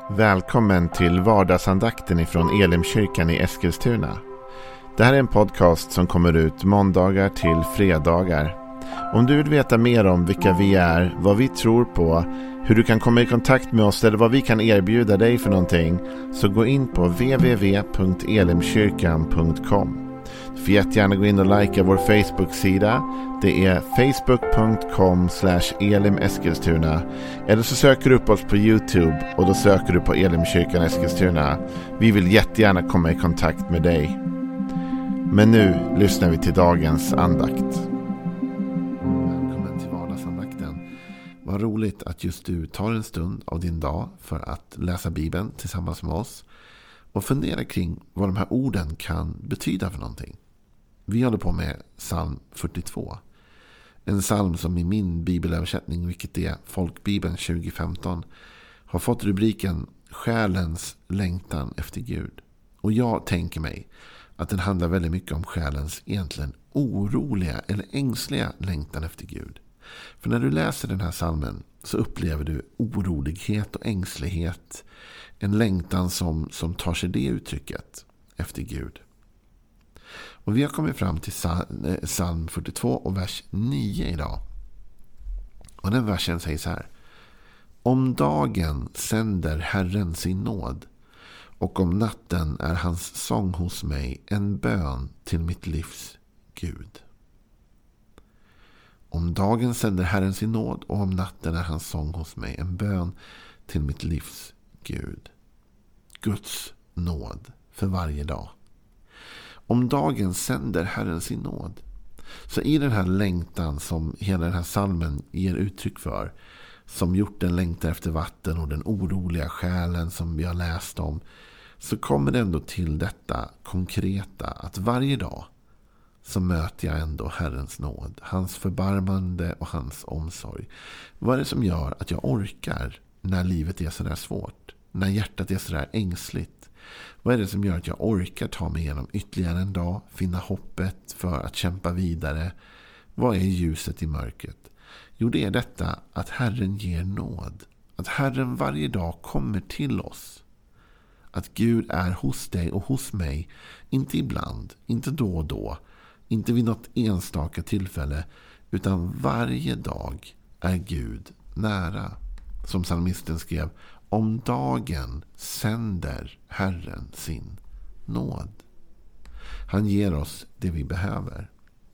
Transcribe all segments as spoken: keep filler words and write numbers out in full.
Välkommen till vardagsandakten ifrån Elimkyrkan i Eskilstuna. Det här är en podcast som kommer ut måndagar till fredagar. Om du vill veta mer om vilka vi är, vad vi tror på, hur du kan komma i kontakt med oss eller vad vi kan erbjuda dig för någonting, så gå in på w w w punkt elimkyrkan punkt com. Du får jättegärna gå in och likea vår Facebook-sida. Det är facebook punkt com slash elimeskilstuna. Eller så söker du upp oss på YouTube och då söker du på Elimkyrkan Eskilstuna. Vi vill jättegärna komma i kontakt med dig. Men nu lyssnar vi till dagens andakt. Välkommen till vardagsandakten. Vad roligt att just du tar en stund av din dag för att läsa Bibeln tillsammans med oss och fundera kring vad de här orden kan betyda för någonting. Vi håller på med psalm fyrtiotvå. En psalm som i min bibelöversättning, vilket är Folkbibeln tjugo femton, har fått rubriken Själens längtan efter Gud. Och jag tänker mig att den handlar väldigt mycket om själens egentligen oroliga eller ängsliga längtan efter Gud. För när du läser den här psalmen så upplever du orolighet och ängslighet. En längtan som, som tar sig det uttrycket efter Gud. Och vi har kommit fram till psalm fyrtiotvå och vers nio idag. Och den versen säger så här: Om dagen sänder Herren sin nåd, och om natten är hans sång hos mig en bön till mitt livs Gud. Om dagen sänder Herren sin nåd, och om natten är hans sång hos mig en bön till mitt livs Gud. Guds nåd för varje dag. Om dagen sänder Herren sin nåd. Så i den här längtan som hela den här psalmen ger uttryck för, som gjort den längtar efter vatten och den oroliga själen som vi har läst om, så kommer det ändå till detta konkreta att varje dag så möter jag ändå Herrens nåd, hans förbarmande och hans omsorg. Vad är det som gör att jag orkar när livet är så där svårt? När hjärtat är så där ängsligt? Vad är det som gör att jag orkar ta mig igenom ytterligare en dag, finna hoppet för att kämpa vidare? Vad är ljuset i mörkret? Jo, det är detta att Herren ger nåd. Att Herren varje dag kommer till oss. Att Gud är hos dig och hos mig, inte ibland, inte då och då, inte vid något enstaka tillfälle, utan varje dag är Gud nära. Som psalmisten skrev: Om dagen sänder Herren sin nåd. Han ger oss det vi behöver.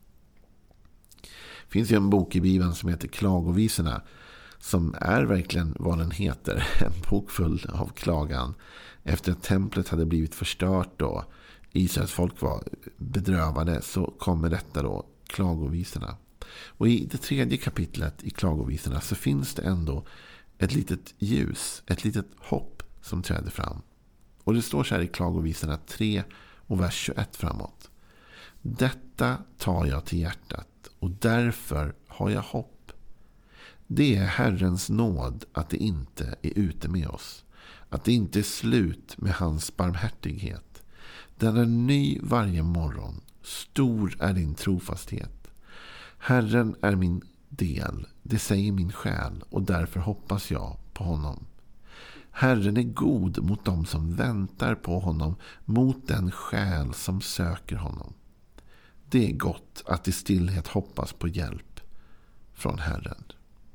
Det finns ju en bok i Bibeln som heter Klagovisorna, som är verkligen vad den heter. En bok full av klagan. Efter att templet hade blivit förstört och Israels folk var bedrövade, så kommer detta då, Klagovisorna. Och i det tredje kapitlet i Klagovisorna så finns det ändå ett litet ljus, ett litet hopp som träder fram. Och det står så här i Klagovisorna tre och vers tjugoett framåt: Detta tar jag till hjärtat, och därför har jag hopp. Det är Herrens nåd att det inte är ute med oss, att det inte är slut med hans barmhärtighet. Den är ny varje morgon, stor är din trofasthet. Herren är min del, det säger min själ, och därför hoppas jag på honom. Herren är god mot dem som väntar på honom, mot den själ som söker honom. Det är gott att i stillhet hoppas på hjälp från Herren.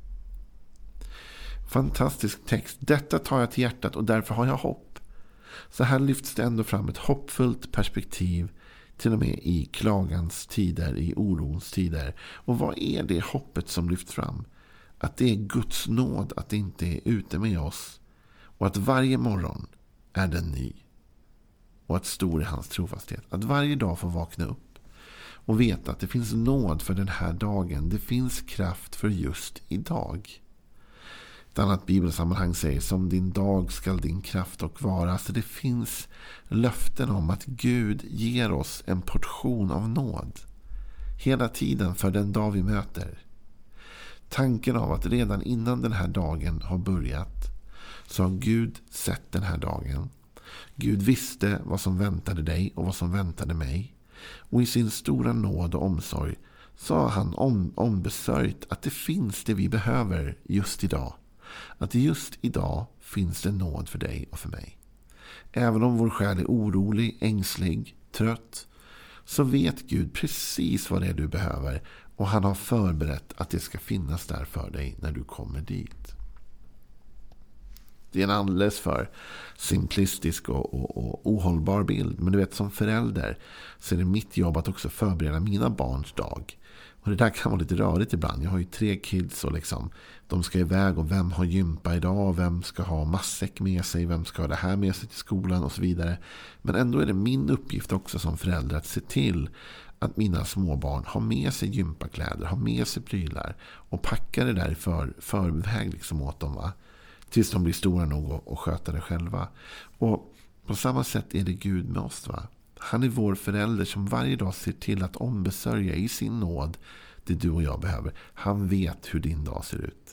Fantastisk text. Detta tar jag till hjärtat, och därför har jag hopp. Så här lyfts det ändå fram ett hoppfullt perspektiv, till och med i klagans tider, i orons tider. Och vad är det hoppet som lyfts fram? Att det är Guds nåd, att det inte är ute med oss. Och att varje morgon är den ny. Och att stor är hans trofasthet. Att varje dag få vakna upp och veta att det finns nåd för den här dagen. Det finns kraft för just idag. Ett annat bibelsammanhang säger: som din dag skall din kraft och vara. Så det finns löften om att Gud ger oss en portion av nåd hela tiden för den dag vi möter. Tanken av att redan innan den här dagen har börjat så har Gud sett den här dagen. Gud visste vad som väntade dig och vad som väntade mig. Och i sin stora nåd och omsorg så har han om, ombesörjt att det finns det vi behöver just idag. att just idag finns det nåd för dig och för mig. Även om vår själ är orolig, ängslig, trött, så vet Gud precis vad det är du behöver, och han har förberett att det ska finnas där för dig när du kommer dit. Det är en alldeles för simplistisk och, och, och ohållbar bild. Men du vet, som förälder så är det mitt jobb att också förbereda mina barns dag. Och det där kan vara lite rörigt ibland. Jag har ju tre kids och liksom, de ska iväg, och vem har gympa idag? Vem ska ha matsäck med sig? Vem ska ha det här med sig till skolan? Och så vidare. Men ändå är det min uppgift också som förälder att se till att mina småbarn har med sig gympakläder, har med sig prylar och packar det där för förväg liksom åt dem, va? Tills de blir stora nog och, och sköter det själva. Och på samma sätt är det Gud med oss, va? Han är vår förälder som varje dag ser till att ombesörja i sin nåd det du och jag behöver. Han vet hur din dag ser ut.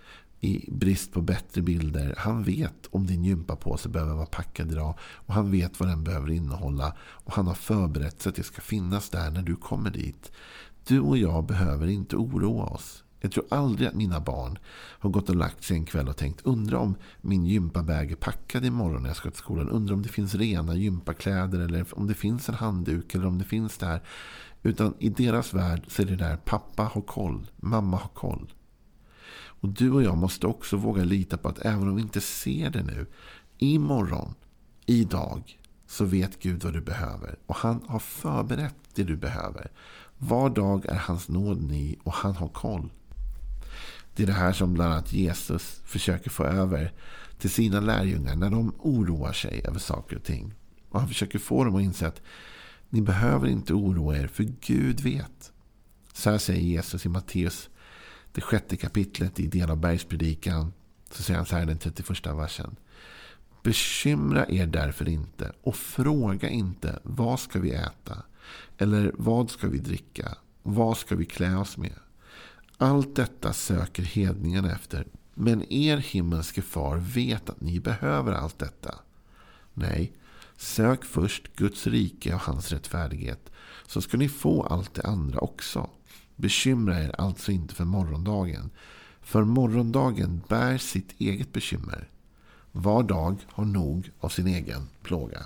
I brist på bättre bilder. Han vet om din gympapåse behöver vara packad idag. Och han vet vad den behöver innehålla. Och han har förberett så att det ska finnas där när du kommer dit. Du och jag behöver inte oroa oss. Jag tror aldrig att mina barn har gått och lagt sig en kväll och tänkt, undra om min gympabag är packad imorgon när jag ska till skolan. Undra om det finns rena gympakläder, eller om det finns en handduk, eller om det finns där. Utan i deras värld så är det där, pappa har koll, mamma har koll. Och du och jag måste också våga lita på att även om vi inte ser det nu, imorgon, idag, så vet Gud vad du behöver. Och han har förberett det du behöver. Var dag är hans nåd ny, och han har koll. Det är det här som bland annat Jesus försöker få över till sina lärjungar när de oroar sig över saker och ting. Och han försöker få dem att inse att ni behöver inte oroa er, för Gud vet. Så här säger Jesus i Matteus, det sjätte kapitlet i del av bergspredikan. Så säger han så här i den trettioförsta versen. Bekymra er därför inte, och fråga inte, vad ska vi äta? Eller vad ska vi dricka? Vad ska vi klä oss med? Allt detta söker hedningarna efter. Men er himmelske far vet att ni behöver allt detta. Nej, sök först Guds rike och hans rättfärdighet, så ska ni få allt det andra också. Bekymra er alltså inte för morgondagen, för morgondagen bär sitt eget bekymmer. Var dag har nog av sin egen plåga.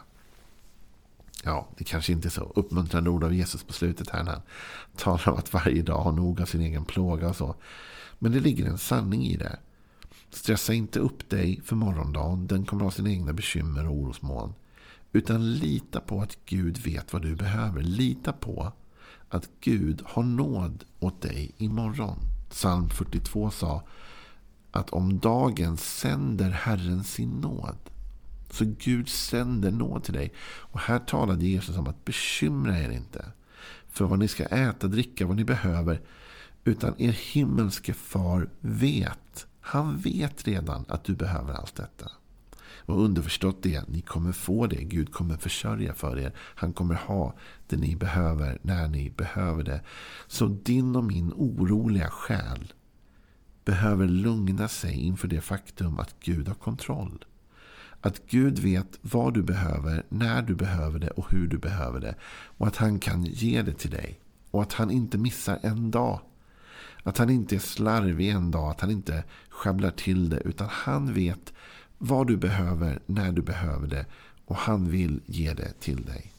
Ja, det kanske inte är så uppmuntrande ord av Jesus på slutet här när han talar om att varje dag har nog av sin egen plåga och så. Men det ligger en sanning i det. Stressa inte upp dig för morgondagen, den kommer ha sina egna bekymmer och orosmoln. Utan lita på att Gud vet vad du behöver. Lita på att Gud har nåd åt dig imorgon. Psalm fyrtiotvå sa att om dagen sänder Herren sin nåd. Så Gud sänder nåd till dig. Och här talade Jesus om att bekymra er inte för vad ni ska äta, dricka, vad ni behöver. Utan er himmelske far vet. Han vet redan att du behöver allt detta. Och underförstått det, ni kommer få det. Gud kommer försörja för er. Han kommer ha det ni behöver när ni behöver det. Så din och min oroliga själ behöver lugna sig inför det faktum att Gud har kontroll. Att Gud vet vad du behöver, när du behöver det och hur du behöver det. Och att han kan ge det till dig. Och att han inte missar en dag. Att han inte är slarvig en dag. Att han inte sjabblar till det. Utan han vet vad du behöver, när du behöver det. Och han vill ge det till dig.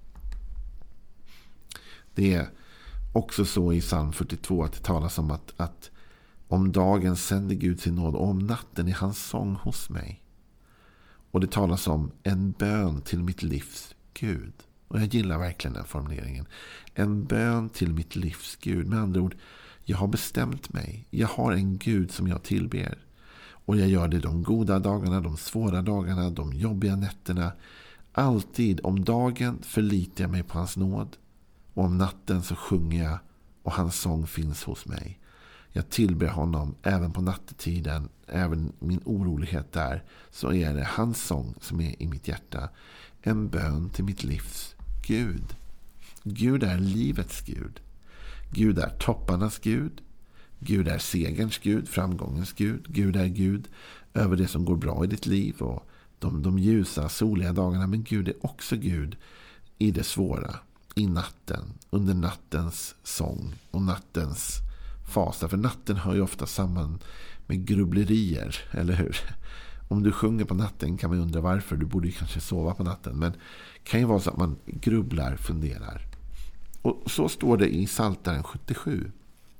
Det är också så i psalm fyrtiotvå att det talas om att, att om dagen sänder Gud sin nåd, och om natten är hans sång hos mig. Och det talas om en bön till mitt livs Gud. Och jag gillar verkligen den formuleringen. En bön till mitt livs Gud. Med andra ord, jag har bestämt mig. Jag har en Gud som jag tillber. Och jag gör det de goda dagarna, de svåra dagarna, de jobbiga nätterna. Alltid om dagen förlitar jag mig på hans nåd. Och om natten så sjunger jag, och hans sång finns hos mig. Jag tillber honom även på nattetiden, även min orolighet där, så är det hans sång som är i mitt hjärta. En bön till mitt livs Gud. Gud är livets Gud. Gud är topparnas Gud. Gud är segerns Gud, framgångens Gud. Gud är Gud över det som går bra i ditt liv och de, de ljusa, soliga dagarna. Men Gud är också Gud i det svåra, i natten, under nattens sång och nattens fas. För natten hör ju ofta samman med grubblerier, eller hur? Om du sjunger på natten kan man undra varför. Du borde ju kanske sova på natten. Men det kan ju vara så att man grubblar, funderar. Och så står det i Psaltaren sjuttiosju.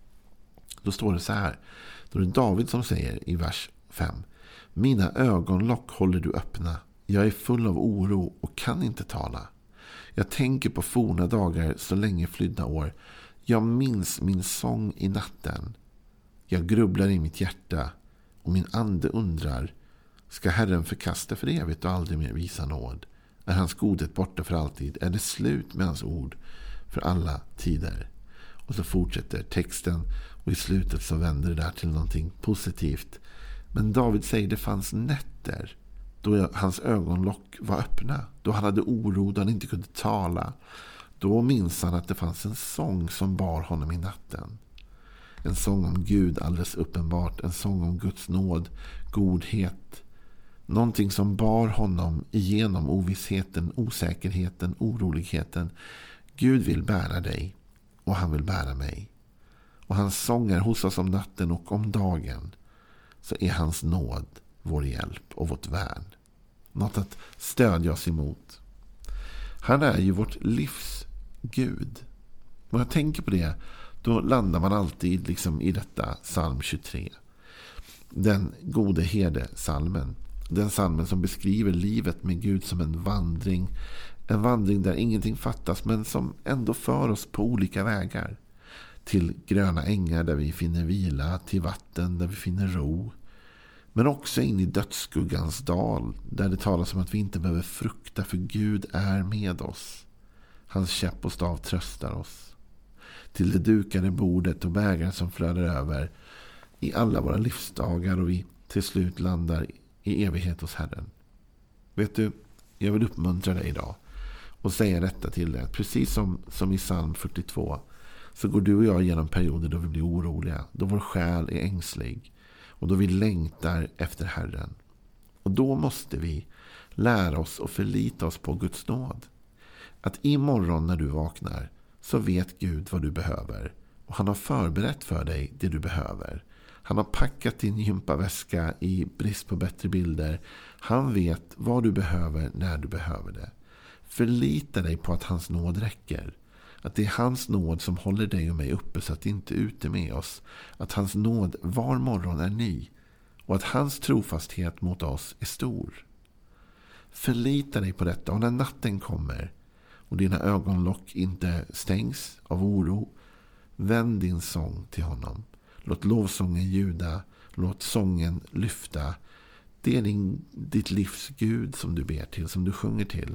Då står det så här. Då är det David som säger i vers fem. Mina ögonlock håller du öppna. Jag är full av oro och kan inte tala. Jag tänker på forna dagar så länge flydda år. Jag minns min sång i natten. Jag grubblar i mitt hjärta och min ande undrar. Ska Herren förkasta för evigt och aldrig mer visa nåd? Är hans godhet borta för alltid? Är det slut med hans ord för alla tider? Och så fortsätter texten och i slutet så vänder det där till någonting positivt. Men David säger det fanns nätter då hans ögonlock var öppna. Då han hade oro, då han inte kunde tala. Då minns han att det fanns en sång som bar honom i natten. En sång om Gud alldeles uppenbart. En sång om Guds nåd, godhet. Någonting som bar honom igenom ovissheten, osäkerheten, oroligheten. Gud vill bära dig och han vill bära mig. Och hans sång är hos oss om natten och om dagen. Så är hans nåd vår hjälp och vårt värn. Något att stödja oss emot. Han är ju vårt livs Gud. När jag tänker på det, då landar man alltid liksom i detta psalm tjugotre. Den gode herde psalmen. Den psalmen som beskriver livet med Gud som en vandring. En vandring där ingenting fattas men som ändå för oss på olika vägar. Till gröna ängar där vi finner vila, till vatten där vi finner ro. Men också in i dödsskuggans dal där det talas om att vi inte behöver frukta för Gud är med oss. Hans käpp och stav tröstar oss. Till det dukade bordet och bägaren som flödar över i alla våra livsdagar och vi till slut landar i evighet hos Herren. Vet du, jag vill uppmuntra dig idag och säga detta till dig. Precis som, som i psalm fyrtiotvå så går du och jag igenom perioder då vi blir oroliga, då vår själ är ängslig och då vi längtar efter Herren. Och då måste vi lära oss och förlita oss på Guds nåd. Att imorgon när du vaknar så vet Gud vad du behöver och han har förberett för dig det du behöver. Han har packat din gympaväska i brist på bättre bilder. Han vet vad du behöver när du behöver det. Förlita dig på att hans nåd räcker. Att det är hans nåd som håller dig och mig uppe så att det inte är ute med oss. Att hans nåd var morgon är ny. Och att hans trofasthet mot oss är stor. Förlita dig på detta och när natten kommer och dina ögonlock inte stängs av oro. Vänd din sång till honom. Låt lovsången ljuda. Låt sången lyfta. Det är din, ditt livs Gud som du ber till, som du sjunger till.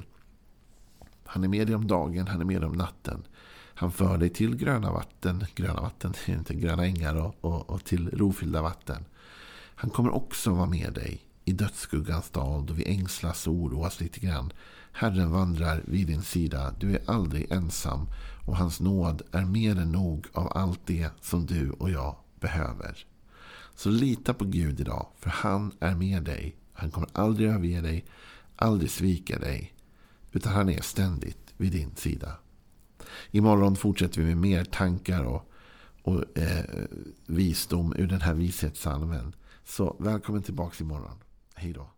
Han är med dig om dagen, han är med dig om natten. Han för dig till gröna vatten, gröna vatten, inte gröna ängar och, och, och till rofyllda vatten. Han kommer också vara med dig i dödsskuggans dal då vi ängslas och oroas lite grann. Herren vandrar vid din sida, du är aldrig ensam och hans nåd är mer än nog av allt det som du och jag behöver. Så lita på Gud idag, för han är med dig. Han kommer aldrig överge dig, aldrig svika dig, utan han är ständigt vid din sida. Imorgon fortsätter vi med mer tankar och, och eh, visdom ur den här vishetssalmen. Så välkommen tillbaka imorgon. Hej då.